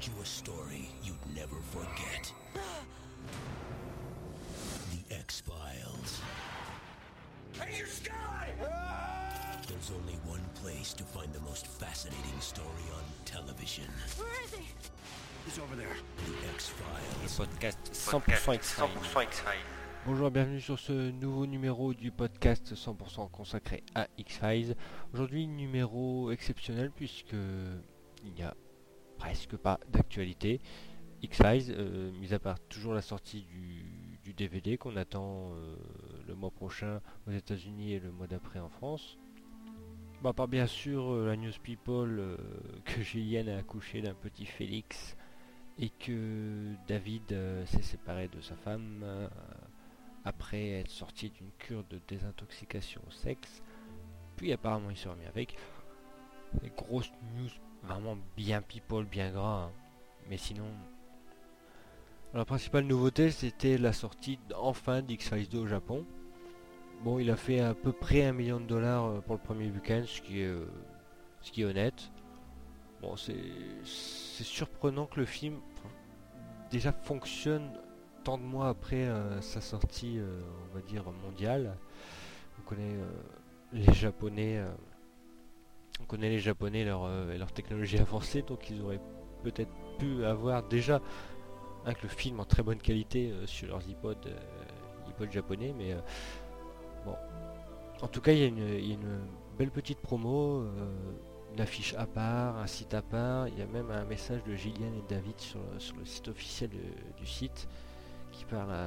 brought you a story you'd never forget. The X-Files. Hey, your sky! There's only one place to find the most fascinating story on television. Where is he? He's over there. The X-Files. Podcast 100% X-Files. Bonjour et bienvenue sur ce nouveau numéro du podcast 100% consacré à X-Files. Aujourd'hui, numéro exceptionnel puisque il n'y a presque pas d'actualité. X-Files, mis à part toujours la sortie du DVD qu'on attend le mois prochain aux États-Unis et le mois d'après en France. Bon, à part bien sûr la news people que Julienne a accouché d'un petit Félix et que David s'est séparé de sa femme après être sorti d'une cure de désintoxication au sexe. Puis apparemment il s'est remis avec. Les grosses news vraiment bien people, bien gras. Hein. Mais sinon... Alors, la principale nouveauté, c'était la sortie enfin d'X-Files 2 au Japon. Bon, il a fait à peu près $1 million pour le premier week-end, ce qui est honnête. Bon, c'est surprenant que le film déjà fonctionne tant de mois après sa sortie, on va dire, mondiale. On connaît les Japonais... On connaît les Japonais et leur technologie avancée, donc ils auraient peut-être pu avoir déjà le film en très bonne qualité sur leurs iPods japonais, mais bon. En tout cas, il y a une belle petite promo, une affiche à part, un site à part. Il y a même un message de Gillian et David sur le site officiel du site qui parle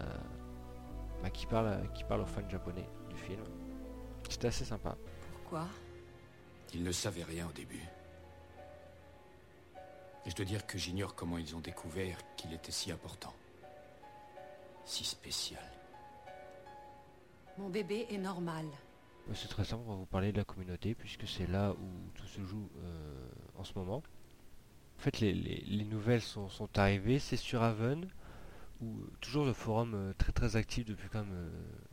aux fans japonais du film. C'était assez sympa. Pourquoi ? Ils ne savaient rien au début. Et je dois dire que j'ignore comment ils ont découvert qu'il était si important. Si spécial. Mon bébé est normal. C'est très simple, on va vous parler de la communauté puisque c'est là où tout se joue en ce moment. En fait, les nouvelles sont arrivées, c'est sur Haven, où toujours le forum très très actif depuis quand même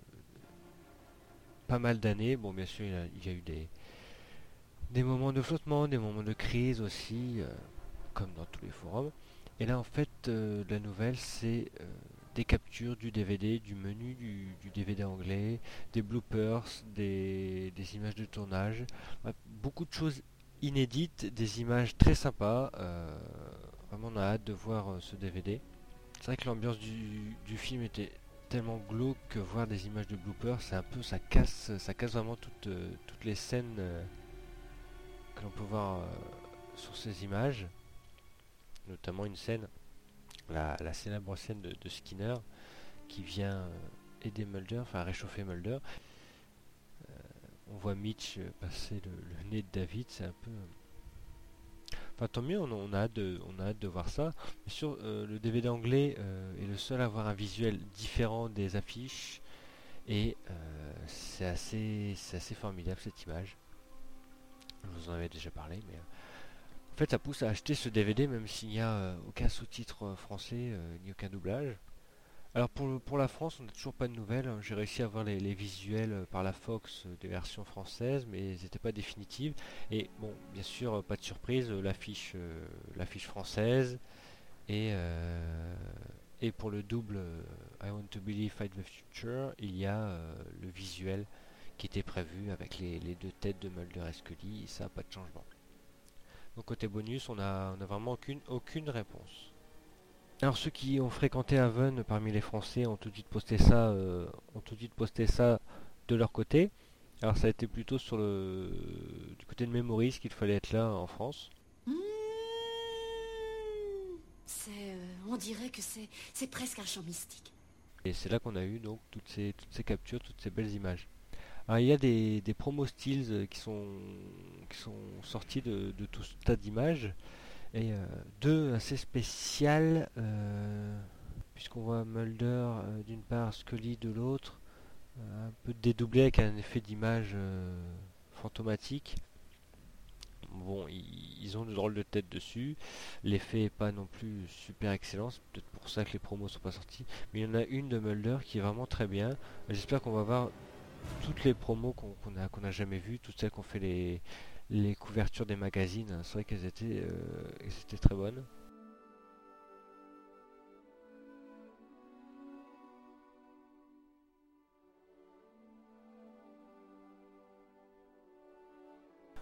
pas mal d'années. Bon, bien sûr, il y a eu des moments de flottement, des moments de crise aussi, comme dans tous les forums. Et là, en fait, la nouvelle, c'est des captures du DVD, du menu du DVD anglais, des bloopers, des images de tournage, beaucoup de choses inédites, des images très sympas. Vraiment, on a hâte de voir ce DVD. C'est vrai que l'ambiance du film était tellement glauque que voir des images de bloopers, c'est un peu, ça casse vraiment toutes les scènes que l'on peut voir sur ces images, notamment une scène, la célèbre scène de Skinner qui vient aider Mulder, enfin réchauffer Mulder. On voit Mitch passer le nez de David, c'est un peu... Enfin tant mieux, on a hâte de voir ça. Bien sûr, le DVD anglais est le seul à avoir un visuel différent des affiches et c'est assez formidable cette image. Je vous en avais déjà parlé, mais en fait ça pousse à acheter ce DVD même s'il n'y a aucun sous-titre français ni aucun doublage. Alors pour la France, on n'a toujours pas de nouvelles. J'ai réussi à voir les visuels par la Fox des versions françaises, mais elles n'étaient pas définitives. Et bon, bien sûr, pas de surprise, l'affiche française et pour le double I Want to Believe Fight the Future, il y a le visuel qui était prévu avec les deux têtes de Mulder et Scully, et ça, pas de changement. Donc côté bonus, on a vraiment aucune réponse. Alors ceux qui ont fréquenté Haven parmi les Français ont tout de suite posté ça, de leur côté. Alors ça a été plutôt du côté de Memories qu'il fallait être là en France. On dirait que c'est presque un chant mystique. Et c'est là qu'on a eu donc toutes ces captures, toutes ces belles images. Alors il y a des promos stills qui sont sortis de tout ce tas d'images. Et deux assez spéciales, puisqu'on voit Mulder d'une part, Scully de l'autre, un peu dédoublé avec un effet d'image fantomatique. Bon, ils ont de drôles de tête dessus, l'effet est pas non plus super excellent, c'est peut-être pour ça que les promos sont pas sortis, mais il y en a une de Mulder qui est vraiment très bien. J'espère qu'on va voir toutes les promos qu'on a jamais vues, toutes celles qu'on fait les couvertures des magazines, c'est vrai qu'elles étaient très bonnes.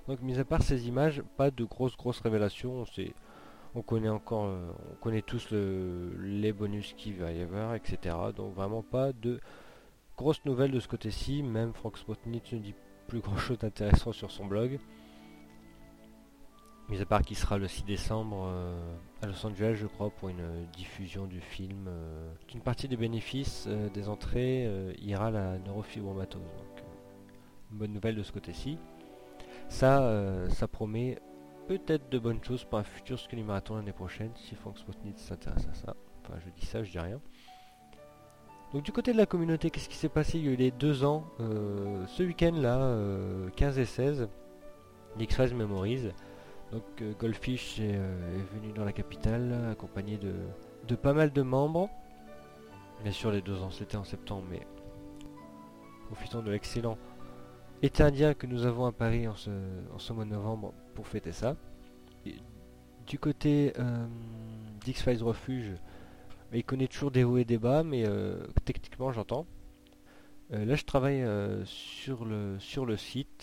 Donc mis à part ces images, pas de grosses révélations. On connaît tous les bonus qu'il va y avoir, etc. Donc vraiment pas de grosses nouvelles de ce côté-ci. Même Frank Spotnitz ne dit plus grand chose d'intéressant sur son blog. Mis à part qu'il sera le 6 décembre à Los Angeles, je crois, pour une diffusion du film. Une partie des bénéfices des entrées ira à la neurofibromatose. Donc, une bonne nouvelle de ce côté-ci. Ça promet peut-être de bonnes choses pour un futur Scully Marathon l'année prochaine, si Frank Spotnitz s'intéresse à ça. Enfin, je dis ça, je dis rien. Donc du côté de la communauté, qu'est-ce qui s'est passé? Il y a eu les 2 ans, ce week-end-là, 15 et 16, l'X-Files Memories. Donc Goldfish est venu dans la capitale, accompagné de pas mal de membres. Bien sûr, les 2 ans, c'était en septembre, mais profitons de l'excellent été indien que nous avons à Paris en ce mois de novembre pour fêter ça. Et du côté d'X-Files Refuge, il connaît toujours des hauts et des bas, mais techniquement j'entends. Là je travaille sur le site.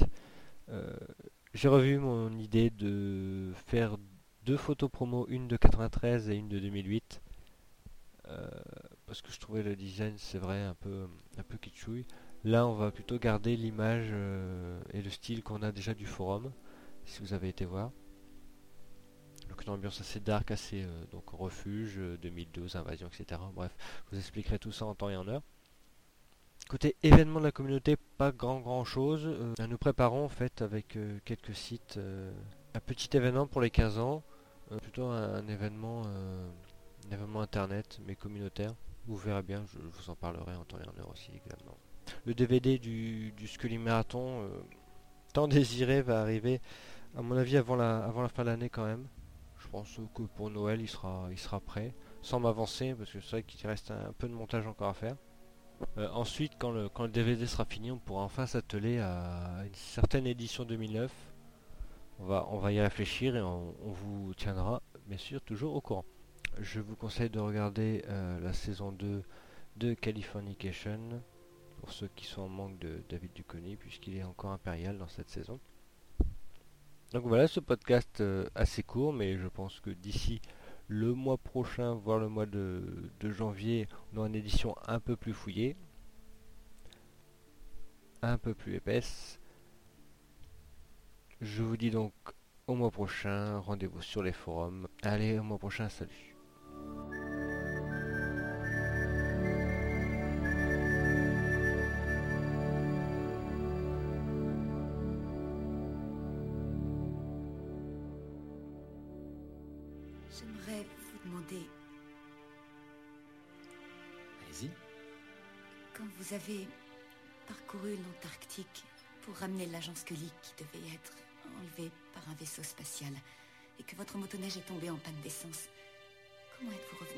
J'ai revu mon idée de faire 2 photos promo, une de 93 et une de 2008. Parce que je trouvais le design, c'est vrai, un peu kitschouille. Là on va plutôt garder l'image et le style qu'on a déjà du forum, si vous avez été voir. Donc une ambiance assez dark, assez donc refuge, 2012, invasion, etc. Bref, je vous expliquerai tout ça en temps et en heure. Côté événement de la communauté, pas grand chose. Nous préparons en fait avec quelques sites un petit événement pour les 15 ans. Plutôt un événement internet mais communautaire. Vous verrez bien, je vous en parlerai en temps et en heure aussi également. Le DVD du Scully Marathon tant désiré va arriver à mon avis avant la fin de l'année quand même. Je pense que pour Noël il sera prêt, sans m'avancer parce que c'est vrai qu'il reste un peu de montage encore à faire. Ensuite quand le DVD sera fini, on pourra enfin s'atteler à une certaine édition 2009. On va y réfléchir et on vous tiendra bien sûr toujours au courant. Je vous conseille de regarder la saison 2 de Californication pour ceux qui sont en manque de David Duchovny, puisqu'il est encore impérial dans cette saison. Donc voilà, ce podcast assez court, mais je pense que d'ici le mois prochain, voire le mois de janvier, on aura une édition un peu plus fouillée, un peu plus épaisse. Je vous dis donc au mois prochain, rendez-vous sur les forums. Allez, au mois prochain, salut. J'aimerais vous demander, Allez-y. quand vous avez parcouru l'Antarctique pour ramener l'agent Scully qui devait être enlevé par un vaisseau spatial et que votre motoneige est tombé en panne d'essence, comment êtes-vous revenu ?